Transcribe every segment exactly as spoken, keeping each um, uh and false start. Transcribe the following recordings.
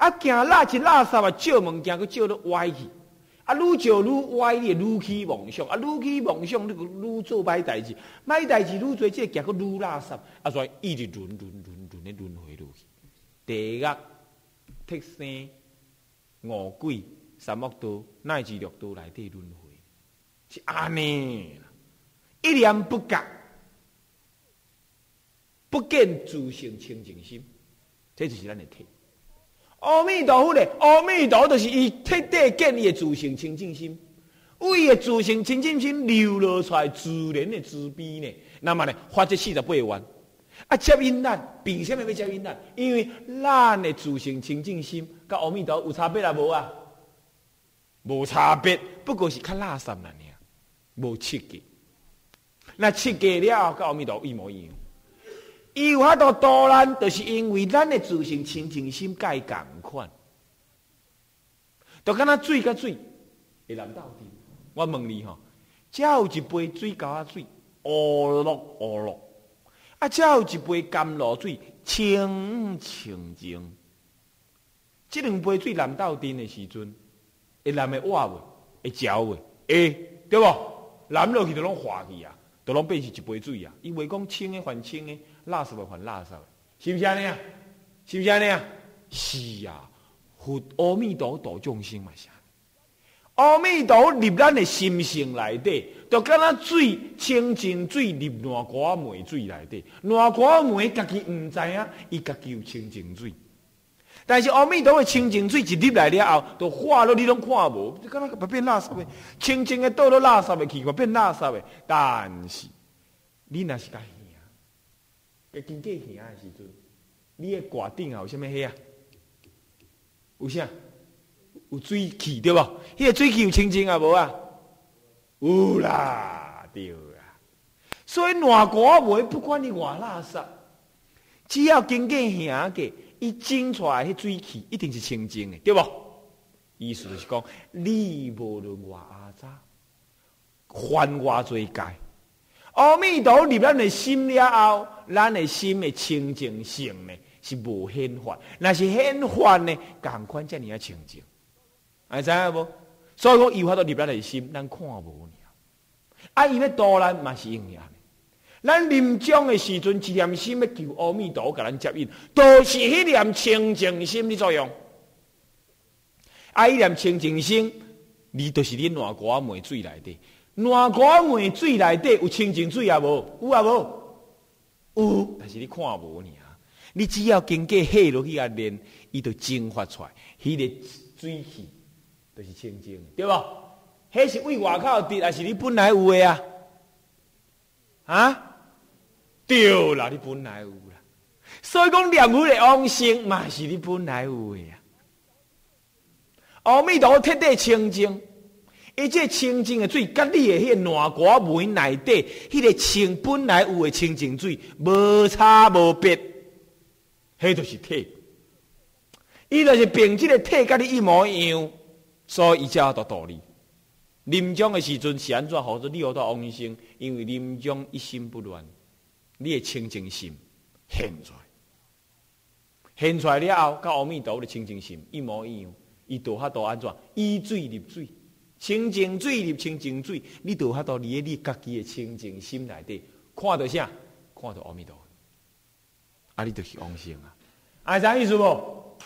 啊，行垃圾垃圾啊，借物件佫借到歪去，啊，愈借愈歪，你愈起妄想，啊，愈起妄想，你佫愈做歹代志，歹代志愈做，这行佫愈垃圾，啊，所以一直轮轮轮轮的轮回落去。地狱、铁生、五鬼、三恶道乃至六道内底轮回，是安尼。一念不觉，不见自性清净心，这就是咱的体。阿弥陀佛咧，阿弥陀就是伊彻底见伊的自性清净心，为伊的自性清净心流露出来自然的慈悲呢。那么呢，发这四十八愿，啊，接引咱，凭什么要接引咱？因为咱的自性清净心，甲阿弥陀有差别啊无啊？无差别，不过是较垃圾啦尔，无刺激。那刺激了，甲阿弥陀一模一样。伊有法度度咱，就是因为咱的自性清净心甲伊共款。就敢若水甲水会淋到底。我问你吼，只有一杯水沟仔水，乌绿乌绿，啊，只有一杯甘露水，清清净。这两杯水淋到底的时阵，会淋会活袂？会焦袂？会，对不？淋落去就拢化去啊！都拢变是一杯水啊！伊袂讲清的还清的，垃圾的还垃圾的，是不是安尼啊？是不是安尼啊？是啊！佛阿弥陀度众生嘛是。阿弥陀入咱的心性内底，就敢若水清净水入烂瓜梅水内底，烂瓜梅家己唔知影，伊家己有清净水。但是阿弥陀的清净水一入来了后，就化了你拢看无，就敢若变垃圾的，清净的倒到垃圾的去，变垃圾的。但是你若是甲耳，甲经过耳的时阵，你的挂顶有啥物遐啊？有啥？有水气对无？迄个水气有清净啊无啊？有啦，对啦。所以烂瓜梅不管你偌垃圾，只要经过耳个。伊蒸出来迄水气一定是清净的，对不？意思就是讲，你无论偌阿早，犯偌多戒，阿弥陀入咱的心了后，咱的心的清净性呢是无显法，若是显法呢，共款遮尔啊清净，会知影无？所以讲，伊法度入咱的心，咱看无尔。啊，伊要度咱嘛是用呀。咱临终的时阵，一念心要求阿弥陀，甲咱接引，都是迄念清净心的作用。啊，迄念清净心，你就是你烂瓜梅水内底，烂瓜梅水内底有清净水啊无？有啊无？有，但是你看无尔。你只要经过下落去啊练，伊就蒸发出来，迄、那个水气就是清净，对无？迄是为外口得，还是你本来有的啊？啊？对啦，你本来有啦，所以讲念佛的往生嘛是你本来有的啊。阿弥陀彻底清净，伊这清净的水，甲你的迄个烂瓜梅内底，迄、那个清本来有的清净水，无差无别，迄就是体。伊就是凭这个体，甲你一模一样，所以伊才有度道理。临终的时阵是安怎？或者你有到往生，因为临终一心不乱。你的清净心现出来，现出来了后，甲阿弥陀的清净心一模一样。伊就法度安怎？以水入水，清净水入清净水，你就法度伫咧你家己的清净心内底，看到啥？看到阿弥陀，啊，你就是往生啊！爱啥意思无？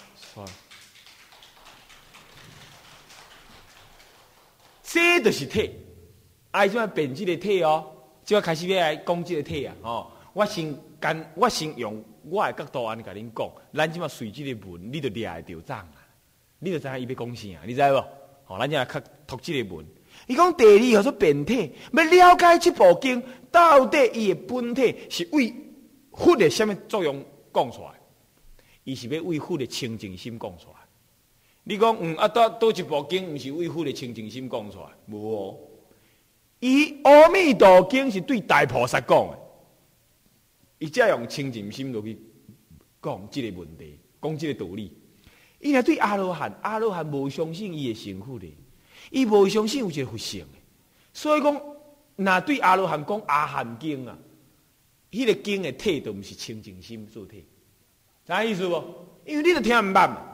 这就是体，爱怎变这个体哦？就要开始要来讲这个体啊！哦。我先干，我先用我的角度安尼甲恁讲，咱即马随即个文，你就掠会着账啊！你就知影伊要讲啥，你知无？吼，咱就来读读即个文。伊讲第二号做本体，要了解即部经到底伊的本体是为佛的什么作用讲出来？伊是要为佛的清净心讲出来。你讲嗯啊，倒倒一部经毋是为佛的清净心讲出来？无哦，伊阿弥陀经是对大菩萨讲的。伊才用清净心落去讲这个问题，讲这个道理。伊若对阿罗汉，阿罗汉无相信伊会成佛的，伊无相信有一个佛性的。所以讲，若对阿罗汉讲阿含经啊，迄、那个经的体都毋是清净心所体，知影意思无？因为你都听毋捌，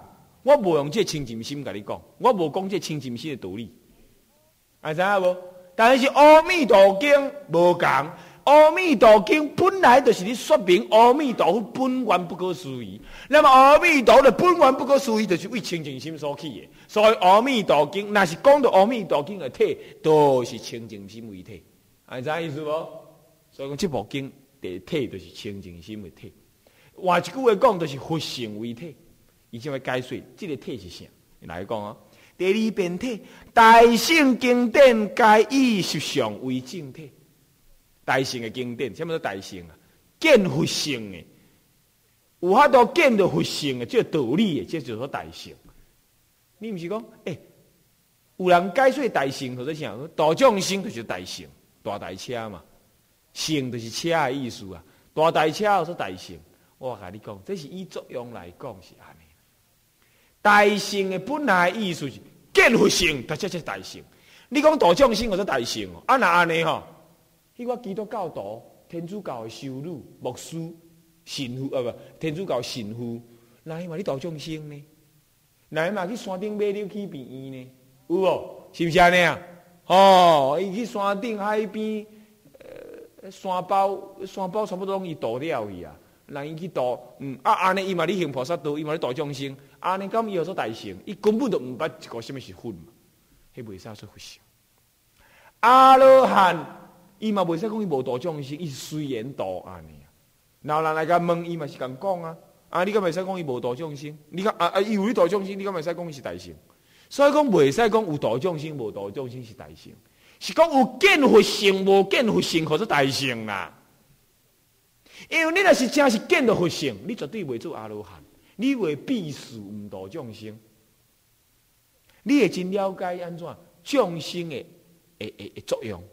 我无用这清净心甲你讲，我无讲这清净心的道理，会知影无？但是《阿弥陀经》无共，《阿弥陀经》本来就是咧说明阿弥陀佛本源不可思议。那么阿弥陀的本源不可思议，就是为清净心所起的。所以《阿弥陀经》若是讲到《阿弥陀经》的体，都是清净心为体，会知影意思无？所以讲这部经的体就是清净心为体。换一句话讲，就是佛性为体。伊先要解说这个体是啥？来讲啊。第二遍体，大乘经典皆以实相为正体。大乘的经典，什么叫大乘啊？见佛性的，有法度见到佛性的，这道理的，这就叫大乘。你不是讲，诶、欸，有人解说大乘或者啥？大众生就是大乘，大台车嘛，乘就是车的意思啊。大台车叫做大乘。我甲你讲，这是以作用来讲是安尼。大乘的本来的意思是见佛性，它才是大乘。你讲大众生或者大乘哦，啊那安尼吼，迄个基督教徒、天主教的修女、牧师、神父啊不，天主教神父，那伊嘛你大众生呢？那伊嘛去山顶买柳去病院呢？有无？是不是安尼啊？哦，伊去山顶海边，呃，山包山包差不多拢伊渡了去啊。那伊去渡，嗯啊安尼伊嘛你行菩萨道，伊嘛你大众生。安尼咁伊有做大乘，伊根本就唔捌一个什么是佛嘛，迄袂使说佛性。阿罗汉伊嘛袂使讲伊无大众生，伊是随缘度安尼。然后人来甲问伊嘛是咁讲啊，啊你敢袂使讲伊无大众生？你讲啊啊伊有你大众生，你敢袂使讲伊是大乘？所以讲袂使讲有大众生无大众生是大乘，是讲有见佛性无见佛性，或者大乘啦。因为你若是真是见到佛性，你绝对袂做阿罗汉。你会避世唔度众生，你会真了解安怎众生的诶诶诶作用，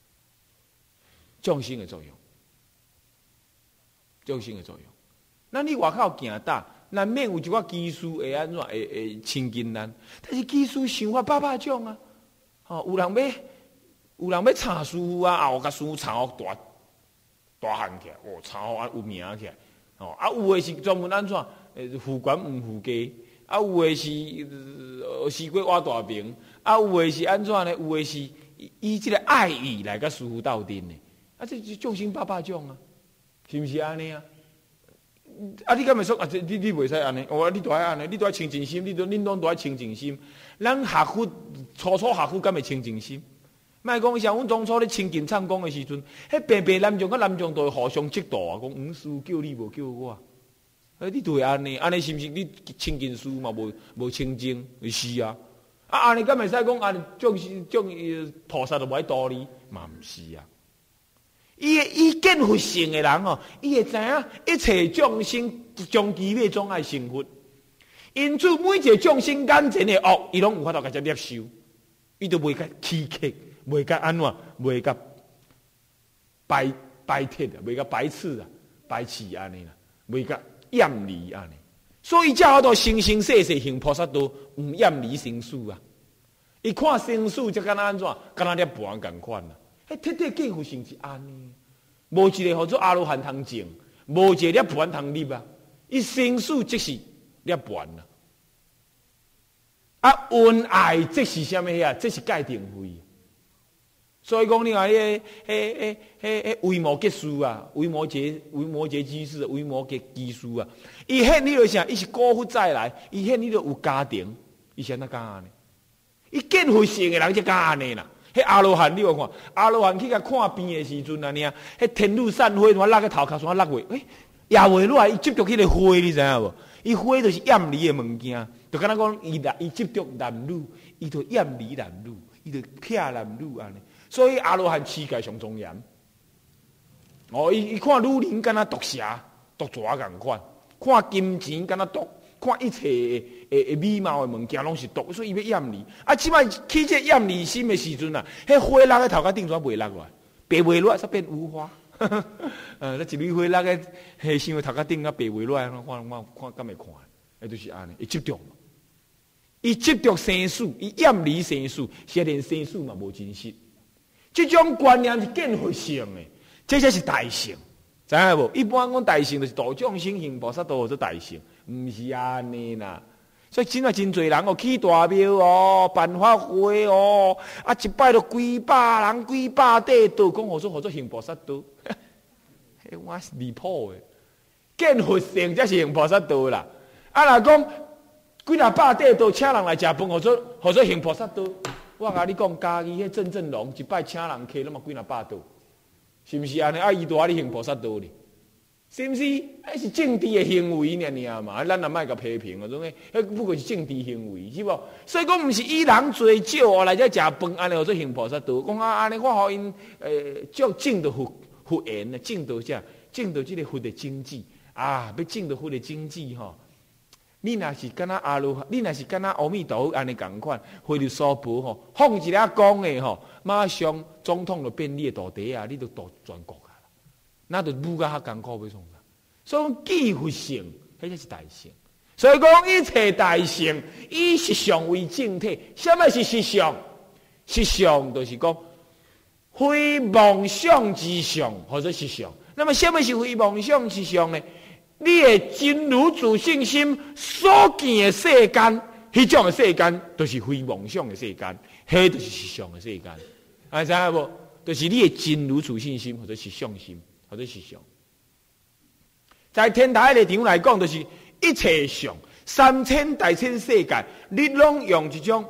众生的作用，众生的作用。那你外口行大，难免有一寡技术会安怎会会亲近咱，但是技术想法百百种啊。吼、哦，有人要有人要查师傅啊，啊，我甲师傅查好大大汉起来，哦，查好啊有名起来，哦，啊有的是专门安怎？诶，护管唔护家，啊有的是呃西瓜挖大饼，啊有的是安怎呢？有的是以这个爱意来甲师傅斗阵呢，啊这就众生百百种啊，是不是安尼啊？啊你敢会说啊？你你袂使安尼，我你都爱安尼，你都爱清净心，你都恁拢都爱清净心。咱学佛初初学佛敢会清净心？莫讲像阮当初咧清净唱功的时阵，迄白白南众甲南众都会互相嫉妒啊，讲五师叫你无叫我。哎，你都会安尼，安尼是毋是你清净书嘛？无无清净，是啊。啊，安尼敢会使讲安种种菩萨就无爱道理，嘛毋是啊。伊伊见佛性的人哦，伊会知影一切众生终其尾总爱成佛，因此每一个众生眼前的恶，伊拢有法度甲遮接受，伊都袂甲欺客，袂甲安怎，袂甲摆摆铁啊，袂甲摆刺啊，摆刺安尼啦，袂甲。厌离安尼，所以才好多生生世世行菩萨道，唔厌离生死啊！伊看生死，则敢若安怎？敢若咧盘共款啊！迄彻底见佛性是安尼，无一个叫做阿罗汉通证，无一个咧盘通入啊！伊生死即是咧盘啊！啊，恩爱即是啥物呀？即是界定慧。所以讲，你看迄、迄、迄、迄、迄维摩诘书啊，维摩诘、维摩诘居士、维摩诘居士啊，伊现你就啥？伊是过复再来，伊现你就有家庭，伊是安怎讲安尼？伊见佛性的人才讲安尼啦。迄阿罗汉你有看？阿罗汉去甲看病的时阵啊，呢，迄天女散花，怎落个头壳上落下，诶，也袂落来，伊接触迄个花，你知影无？伊花就是厌离的物件，就敢若讲伊伊接触男女，伊就厌离男女，伊就徛男女安尼。所以阿罗汉世界上庄严，哦，伊伊看女人敢若毒蛇、毒蛇共款，看金钱敢若毒，看一切诶诶美貌诶物件拢是毒，所以伊要厌离。啊，即摆起这厌离心诶时阵啊，迄花落喺头壳顶怎袂落来？白袂落，煞变无花。呃，那一蕊花落喺迄想头壳顶啊，白袂落，看看看敢会看？诶，就是安尼，伊执着嘛，伊执着生死，伊厌离生死，是连生死嘛无真实。这种观念是见佛性的，这才是大乘，知影无？一般讲大乘就是大众生行菩萨道做大乘，唔是安尼啦。 所以真啊真侪人哦，起大庙哦，办法会哦，啊一摆都几百人、几百块道，讲何做何做行菩萨道，迄我是离谱的。见佛性才是行菩萨道啦。啊，若讲几若百块道，请人来食饭，何做何做行菩萨道？我甲你讲，家己迄郑振龙一摆请人客，那么几若百道，是毋是安尼？啊，伊多你行菩萨道哩？是毋是？迄是政治的行为尔尔嘛，咱也莫甲批评啊，种个，迄不过是政治行为，是无？所以讲，毋是以人最少哦来遮食饭，安尼叫做行菩萨道。讲啊，安尼我互因诶，叫种到佛佛缘啊，种到遮，种到即个佛的经济啊，要种到佛的经济吼。你若是敢若阿罗，你若是敢若阿弥陀佛安尼共款，回流娑婆吼，放一下讲的吼，马上总统就变你的徒弟啊，你就度全国。那就武甲较艰苦要创啥？所以讲既佛性，迄才是大圣。所以讲一切大圣以实相为正体。什么是实相？实相就是讲非妄想之相，或者实相。那么什么是非妄想之相呢？你的真如自性心所见的世间，迄种的世间，就是非妄想的世间，迄就是实相的世间。啊，知影无？就是你的真如自性心，或者是相心。或者是相，在天台的立场来讲，就是一切相，三千大千世界，你拢用一种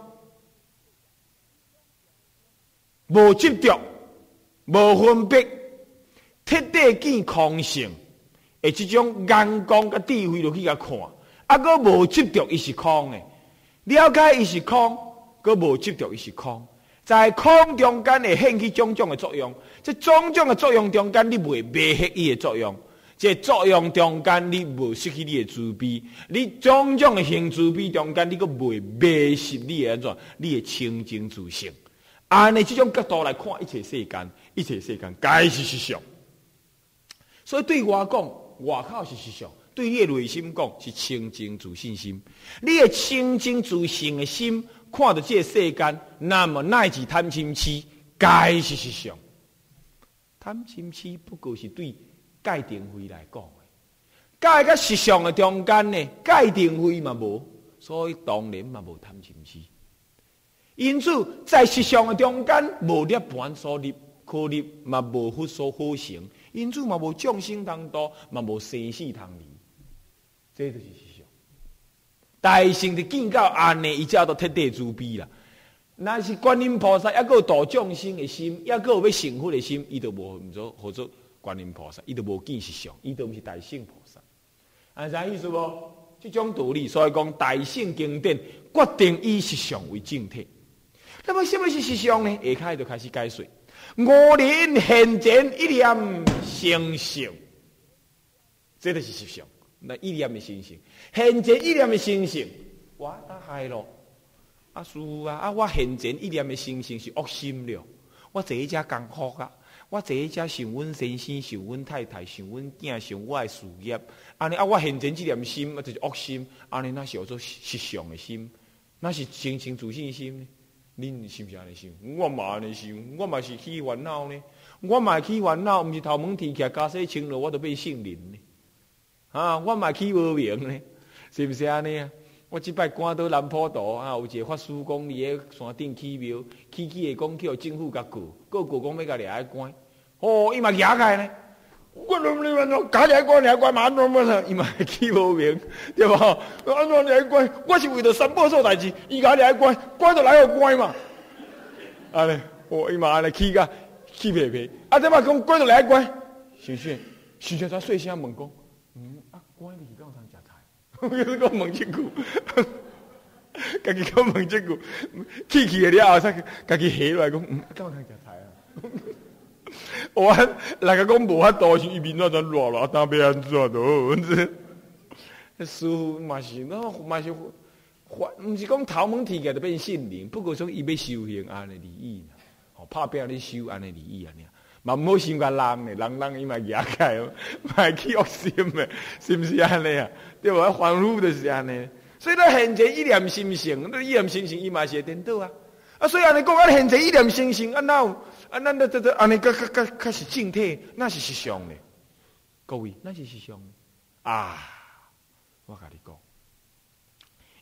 无执着、无分别、彻底见空性的这种眼光甲智慧落去甲看，啊，搁无执着，伊是空的，了解伊是空，搁无执着，伊是空。在空中间会显起种种的作用，这种种的作用中间，你袂迷失伊的作用；这作用中间，你无失去你的慈悲；你种种的行慈悲中间，你阁袂迷失你的安怎？你的清净自性。按呢这种角度来看一切世间，一切世间皆是实相。所以对我讲，外口是实相；对你的内心讲，是清净自信心。你的清净自性的心。看到这个世间，那么乃至贪嗔痴，皆是实相。贪嗔痴不过是对界定慧来讲的，界甲实相的中间呢，界定慧嘛无，所以当然嘛无贪嗔痴。因此，在实相的中间，无涅盘所立可立，嘛无佛所可成，因此嘛无众生通度，嘛无生死通离，这就是实相。大圣的见到安尼，伊才都彻底慈悲啦。那是观音菩萨，还有度众生的心，还有要成佛的心，伊都无唔做，合作观音菩萨，伊都无见实相，伊都唔是大圣菩萨。安啥意思无？这种道理，所以讲大圣经典决定以实相为正体。那么什么是实相呢？下开就开始解说。五年现前一念成性，这就是实相。那一念的心性，现前一念的心性，我打害咯。啊，师父啊，啊，我现前一念的心性是恶心了。我坐一只艰苦啊，我坐一只想阮先生、想阮太太、想阮囝、想我的事业。安尼啊，我现前这念心啊，就是恶心。安尼那是叫做实相的心，那是清净自信心呢？恁是不是安尼想？我嘛安尼想，我嘛是起烦恼呢。我嘛起烦恼，毋是头毛剃起来，家洗清了，我就变圣人呢。啊，我嘛起无明呢，是不是安尼啊？我即摆赶到南普陀啊，有一个法师讲，伫个山顶起庙，起起的讲去互政府甲告，告告讲要甲掠来关，哦，伊嘛掠开呢。我怎么怎么家掠关掠关嘛安怎么呢？伊嘛起无明，对吧？安怎掠关？我是为着三宝做代志，伊甲掠关，关就来互关嘛。安尼，哦，伊嘛安尼起甲起皮皮，啊，这摆讲关就来关，想想想想，才细声问讲。嗯，啊，关你是讲通食菜，我讲问这句，家己讲问这句，气气的了后，才家己下落来讲，嗯，讲通食菜啊。我来个讲无法度，是伊面那阵热热，当要安怎都，师傅嘛是，那嘛是，毋是讲头毛剃起来就变圣灵，不过说伊要修行安尼利益，吼，拍拼咧修安尼利益安尼。嘛唔好心甲人咧，人人伊嘛野开，嘛起恶心诶，是不是安尼啊？对无？凡夫就是安尼，所以咱现前一念心性，那一念心性伊嘛是会颠倒啊。啊，所以安尼讲，咱现前一念心性，啊，哪有啊？咱这这安尼，较较较较是正体，那是实相咧。各位，那是实相啊！我甲你讲，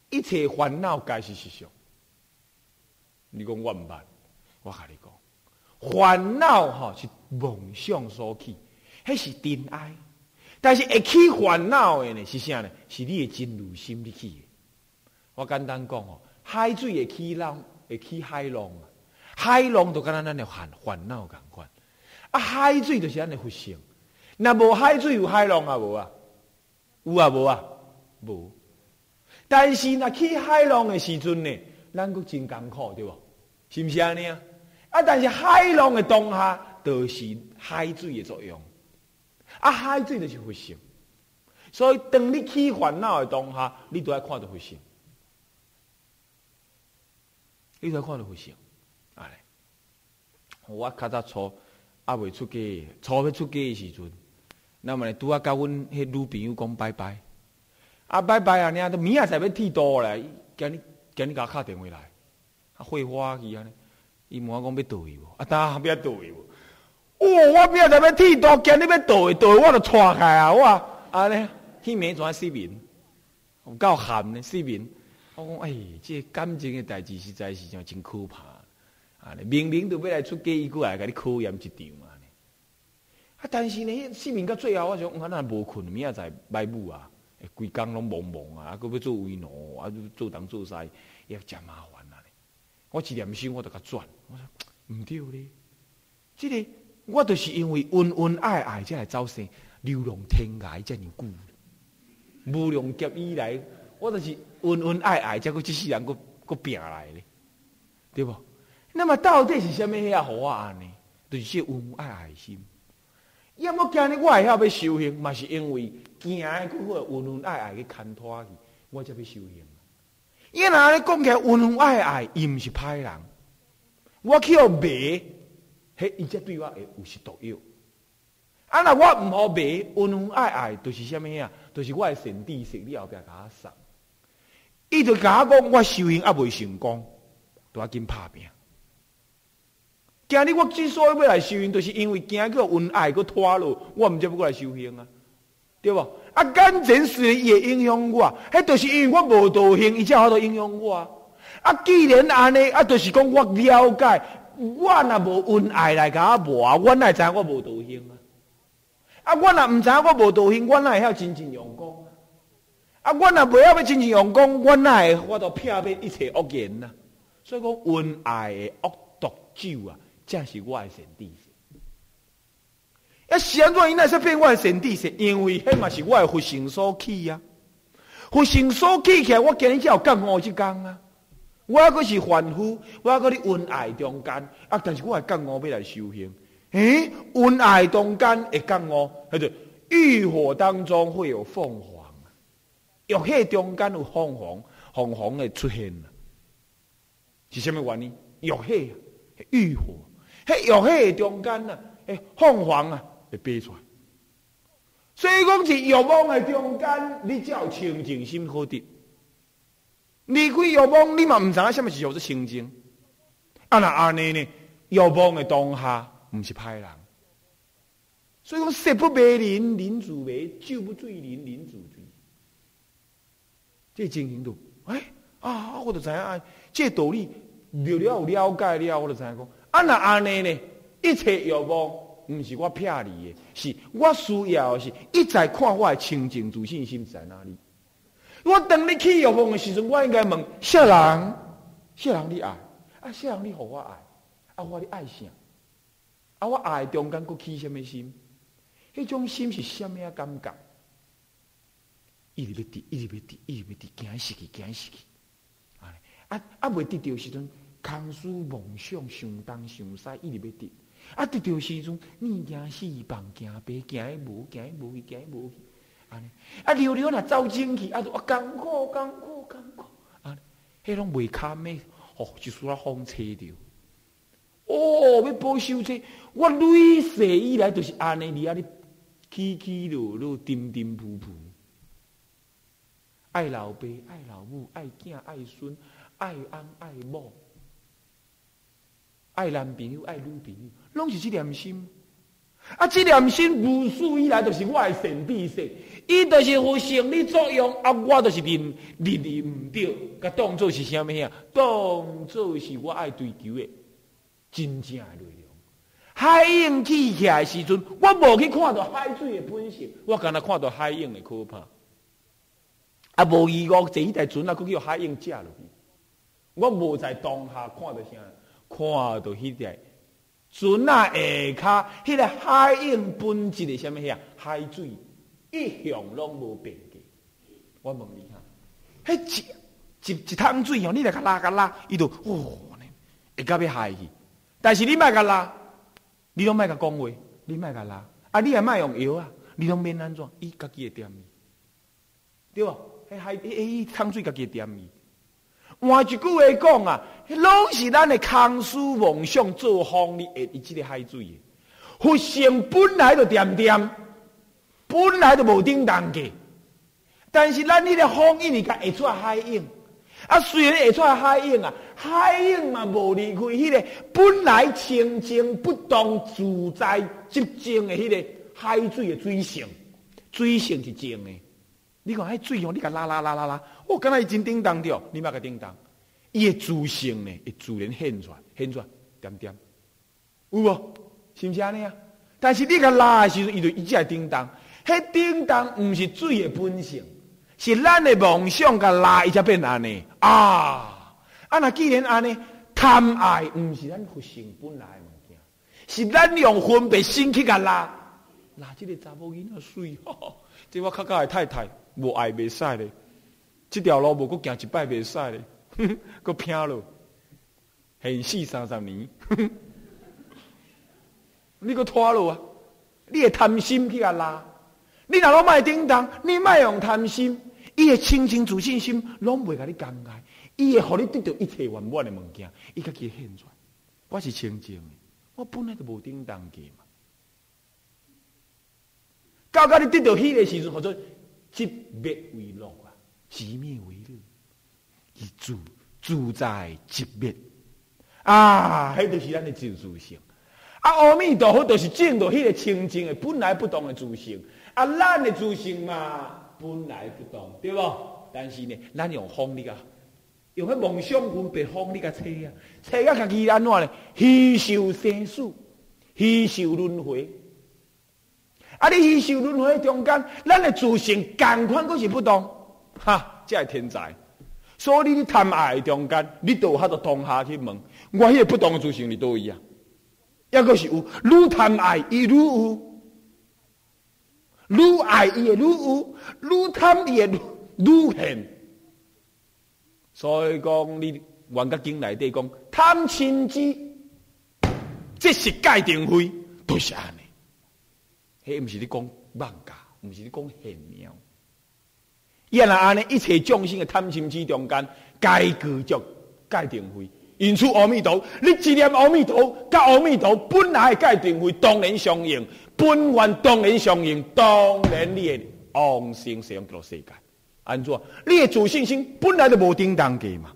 一切烦恼皆是实相。你讲我毋捌，我甲你讲，烦恼吼是梦想所起，迄是真爱。但是会起烦恼的呢是啥呢？是你的真如心你起的。我简单讲吼，海水会起浪，会起海浪啊。海浪就敢若咱的烦烦恼共款。啊，海水就是咱的佛性。若无海水有海浪啊无啊？有啊无啊？无。但是若起海浪的时阵呢，咱阁真艰苦对无？是毋是安尼啊？啊，但是海浪的当下，就是海水的作用。啊，海水就是佛性。所以当你起烦恼的当下，你都要看到佛性。你都要看到佛性。啊，我较早初还未出家，初要出家的时阵，那么呢，拄啊甲阮迄女朋友讲拜拜。啊，拜拜啊！尔都明仔载要剃度咧，今日今日甲我敲电话来，啊，会花去安尼。伊问我讲要倒去无？啊，当下要倒去无？哦，我明仔载要剃度，今日要倒去，倒去我就岔开啊！我安尼，迄面全失眠，有够寒的失眠。我讲，哎，这个感情的代志实在是真可怕。啊，明明都要来出家，伊过来甲你考验一场啊！啊，但是呢，失眠到最后，我想，我咱无困，明仔载买舞啊。规工拢忙忙啊，还佫要做为奴，啊，做东做西，也真麻烦啊！我一念心我就甲转，我说毋对咧，这个我就是因为恩恩爱爱才来走生，流浪天涯遮尔久，无量劫以来，我就是恩恩爱爱，才佫这世人佫佫拼来咧，对不？那么到底是啥物遐互我安尼？就是这恩恩爱爱心。要么今日我会晓要修行，嘛是因为惊的嗰个恩恩爱爱去牵拖去，我才要修行。伊若安尼讲起来恩恩爱爱，伊毋是歹人，我去互骂，迄伊才对我会有是毒药。啊，若我毋好骂，恩恩爱爱，就是啥物啊？就是我的善知识，你后壁甲我送，伊就甲我讲，我修行还未成功，都要紧拍拼。今日我之所以要来修行，就是因为惊个恩爱个拖落，我毋才要过来修行啊，对无？啊，眼前虽然伊会影响我，迄就是因为我无道行，伊才好多影响我。啊，既然安尼，啊，就是讲我了解，我若无恩爱来甲我磨，我哪会知我无道行啊？啊，我若毋知我无道行，我哪会晓真正用功啊？啊，我若袂晓要真正用功，我哪会我都撇灭一切恶言啊？所以讲恩爱的恶毒酒啊！这是我的善知识。啊，是安怎伊那说变我的善知识？因为迄嘛是我的佛性所起啊。佛性所起起来，我今日才有觉悟即天啊。我还阁是凡夫，我还阁伫恩爱中间啊。但是我的觉悟要来修行。诶，恩爱中间会觉悟，迄就欲火当中会有凤凰，欲火中间有凤凰，凤凰会出现啊。是什么原因？欲火，欲火。迄欲火中间啊，诶，凤凰啊会飞出来，所以讲是欲望的中间，你才有清净心好得。离开欲望，你嘛唔知影什么是叫做清净。啊，那安尼呢？欲望的当下，唔是歹人。所以讲，食不为人，人自为；酒不醉人，人自醉。这情形度，哎啊，我就知影，这道理了了有了解了，我就知影讲。啊，那安尼呢？一切欲望，唔是我骗你的，是我需要的是一再看我的清净自信心在哪里。我当你起欲望的时阵，我应该问：啥人？啥人你爱？啊，啥人你互我爱？啊，我你爱啥？啊，我爱中间佫起什么心？迄种心是什么感觉？一直要得，一直要得，一直要得，惊死去，惊死去！啊啊啊！未得到时阵。空思梦想，想东想西，一直要得。啊，得到时阵，你惊死，梦惊白，惊迄无，惊迄无去，惊迄无去。安尼，啊，了了若走进去，啊，啊，艰苦，艰苦，艰苦。啊，迄种未堪的，哦，就输啊风吹着。哦，要保守这，我累世以来就是安尼，伫啊，你起起落落，沉沉浮浮。爱老爸，爱老母，爱囝，爱孙，爱翁，爱某。爱男朋友，爱女朋友，拢是这念心。 啊，这念心无始以来就是我的善知识，伊就是有生理作用，啊，我就是认认伊唔对，甲当作是啥物呀？当作是我爱追求的真正的内容。海涌起起来的时阵，我无去看到海水的本性，我干那看到海涌的可怕。啊，无意外，坐迄台船啊，佫叫海涌接落去。我无在当下看到啥，看到迄台船啊下骹，迄个海涌本质的啥物遐海水一向拢无变过。我问你哈，迄一一一桶水吼，你来甲拉甲拉，伊就哦，会到要害去。但是你莫甲拉。你拢莫甲讲话，你莫甲拉，啊！你也莫用药啊，你拢免安怎？伊家己会点伊，对无？迄海迄迄汤水家己会点伊。换一句话讲啊，拢是咱的空思妄想做风力的伊即个海水的。佛性本来就点点，本来就无叮当个，但是咱迄个风因为甲会出海涌。啊，虽然会出海涌啊，海涌嘛无离开迄个本来清净不动自在寂静的迄个海水的水性，水性是静的。你看迄水哦，你甲拉拉拉拉拉，哦，敢若伊真叮当着，你莫甲叮当，伊的自性呢会自然现出来，现出来点点，有无？是毋是安尼啊？但是你甲拉的时阵，伊就一直叮当，迄叮当毋是水的本性。是咱的梦想甲拉，伊才变安尼啊！啊，那既然安尼，贪爱毋是咱佛性本来的物件，是咱用分别心去甲拉，拉这个查某囡仔水，这我较较的太太无爱袂使咧，这条路无搁行一摆袂使咧，搁拼咯，现死三十年，你搁拖落啊！你会贪心去甲拉，你若拢莫叮当，你莫用贪心。伊的清净自信心，拢袂甲你感慨，伊会互你得到一切圆满的物件，伊家己现出来。我是清净的，我本来就无叮当过嘛。到到你得到迄个时阵，叫做寂灭为乐啊，寂灭为乐，是自自在寂灭啊，迄就是咱的自主性。啊，阿弥陀佛就是证到迄个清净的本来不动的自性，啊，咱的自性嘛。本来不动，对不？但是呢，咱用风力啊，用迄梦想分别风力啊，吹啊，吹啊，家己安怎呢？虚受生死，虚受轮回。啊，你虚受轮回中间，咱的自性同款佫是不动，哈，这是天才。所以你贪爱的中间，你都有法度当下去问，我迄个不动的自性是倒位啊？抑佫是有，愈贪爱伊愈有。愈爱伊的愈有，愈贪伊的愈愈现。所以讲，你原甲经内底讲贪嗔痴，这是界定非，都是安尼。迄毋是你讲妄假，毋是你讲玄妙。伊若安尼，一切众生的贪嗔痴中间，皆具足界定非。因此，阿弥陀，你一念阿弥陀，甲阿弥陀本来的界定非当然相应。本源当然相应，当然你会往生西方极乐世界。安怎？你的自信心本来就无叮当过嘛，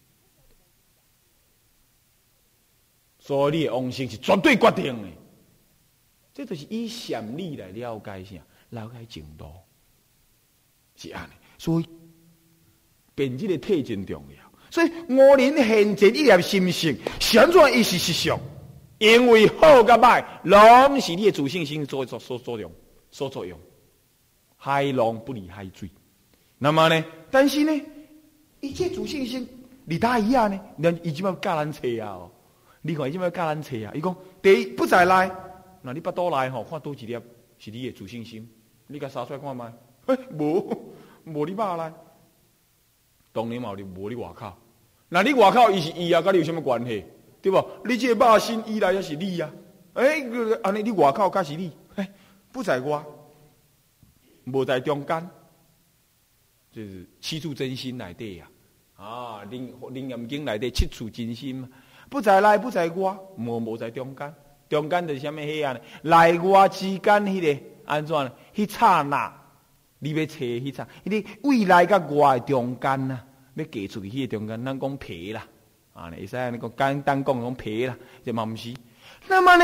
所以你的往生是绝对决定的。这就是以禅理来了解啥，了解净土是安尼。所以变这个体真重要。所以五人现前一粒心性，想怎伊是实相。因为好甲歹，拢是你的自信心所所所作用，所作用。海浪不离海水。那么呢？但是呢，一切自信心，你大一样呢？咱伊即摆教咱找啊！哦，你看伊即摆教咱找啊！伊讲第一不在内，那你巴肚内吼，看多一粒是你的自信心，你甲杀出来看卖？嘿，无无你肉内，当然嘛，无你外口。那你外口伊是伊啊，甲你有什么关系？对不？你这个肉身依赖也是你呀、啊，哎、欸，安尼你外口才是你，哎，不在我，无在中间，就是七处真心内底呀，啊，灵灵验经内底七处真心，不在内，不在我，无无在中间，中间就是什么迄样呢？内外之间迄、那个安怎呢？迄刹那，你要找迄刹，迄个未来甲外的中间呐，要嫁出去迄个中间，咱讲皮啦。啊，会使安尼讲简单讲讲皮啦，这嘛毋是。那么呢，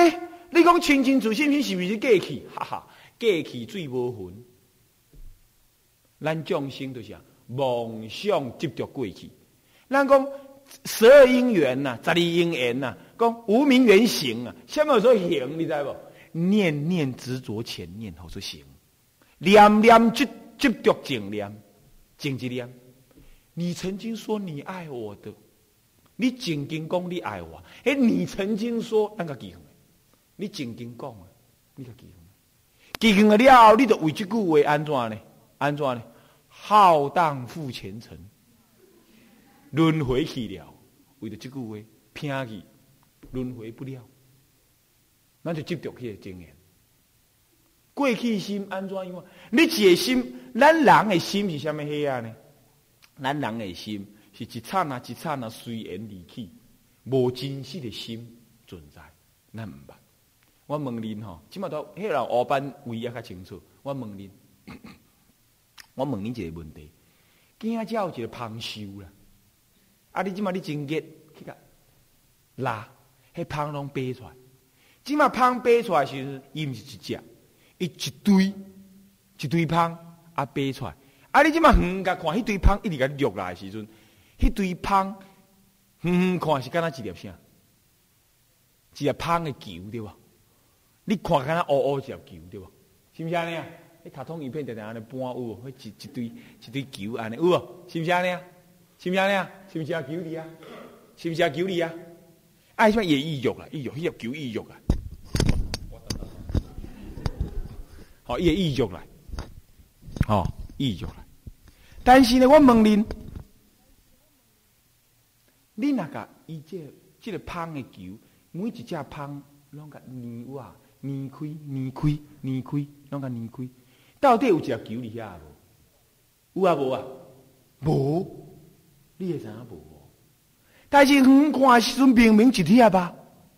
你讲清净自信心是不是过去？哈哈，过去水无痕。咱众生就是啊，妄想执着过去。咱讲十二因缘呐、啊，十二因缘呐、啊，讲无明缘行啊，什么说行？你知无？念念执着前念，好说行；念念执执着正念，正一念。你曾经说你爱我的，你正经讲你爱我，哎，你曾经说咱个记恨，你正经讲啊，你个记恨，记恨了后，你就为这句话安怎呢？安怎呢？浩荡付前程，轮回去了，为了这句话偏去，轮回不了，咱就执着去的经验。过去心安怎样？你一个心，咱人的心是什么样啊呢？咱人的心是一刹那一刹那随缘离去，无真实的心存在，咱唔捌。我问恁吼，即马都迄人黑板位也较清楚。我问恁，我问恁一个问题：今仔有一个芳寿啦，啊！你即马你真热去甲拉，迄芳拢飞出来。即马芳飞出来时阵，伊毋是一只，伊一堆一堆芳啊飞出来。啊！你即马远甲看，迄堆芳一直甲落来的时阵，迄堆芳远远看是敢若一粒啥？一粒芳的球对吧？你看敢若乌乌一粒球对吧？是毋是安尼啊？迄卡通影片常常安尼搬有无？迄一一堆一堆球安尼有无？是毋是安尼啊？是毋是安尼啊？是毋是啊？球哩啊？是毋是啊？球哩啊？啊！什么也意欲啦？意欲，迄粒球意欲啦。好，伊个意欲来，好。意欲来，但是呢，我问恁，你那个伊这这个芳的球，每一只芳拢甲捏哇捏开捏开捏开，拢甲捏开，到底有一只球伫遐无？有啊无啊？无，你会知影无？但是远看的时阵明明一粒吧，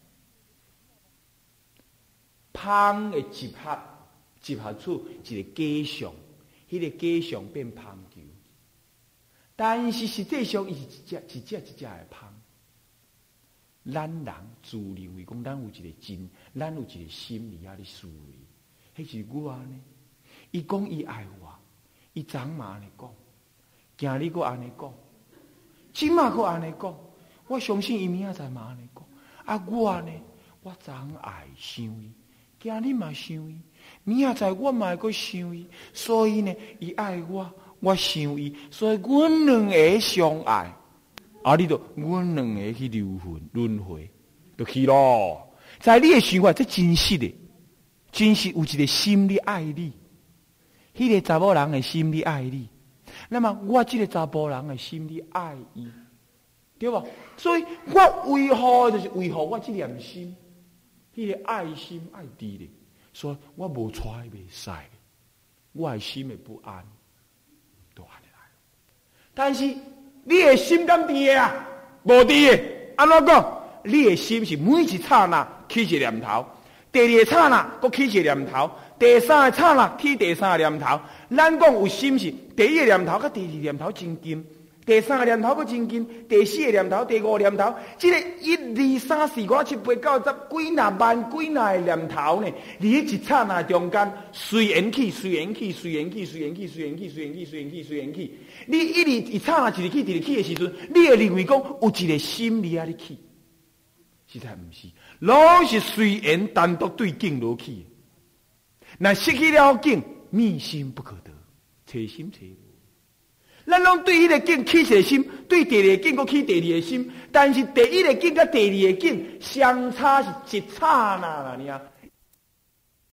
芳的集合集合处一个假象。迄个假象变芳球，但是实际上伊是一只一只一只的芳。咱人自认为讲，咱有一个真，咱有一个心理啊咧思维，迄是我呢。伊讲伊爱我，伊昨嘛安尼讲，今日佫安尼讲，即嘛佫安尼讲，我相信伊明仔载嘛安尼讲。啊，我呢，我昨爱想伊，今日嘛想伊。明仔载我嘛会去想伊，所以呢，伊爱我，我想伊，所以阮两个相爱。啊，你就阮两个去流魂轮回，就去咯。在你的想法，这真实的，真实有一个心理爱你，迄、那个查某人的心理爱你，那么我这个查甫人的心理爱伊，对吧？所以我维护就是维护我这念心，迄、那个爱心爱滴的。所以我无带袂使，我的心会不安，都安尼来。但是你的心敢伫的啊？无伫的，安怎讲？你的心是每一刹那起一个念头，第二个刹那佫起一个念头，第三个刹那起第三个念头。咱讲有心是第一个念头，甲第二个念头真近。第三个念头佫真近，第四个念头，第五个念头，这个一二三四五七八九十几那万几那个念头呢？你一刹那中间随缘起，随缘起，随缘起，随缘起，随缘起，随缘起，随缘起，随缘起。你一日一刹那一日起，一日起的时阵，你会认为讲有一个心理啊咧起，实在不是，拢是随缘单独对境落起。那失去了境，密心不可得，找心找无。咱拢对迄个境起一个心，对第二个境佫起第二个心，但是第一个境甲第二个境相差是一刹那啦，尔。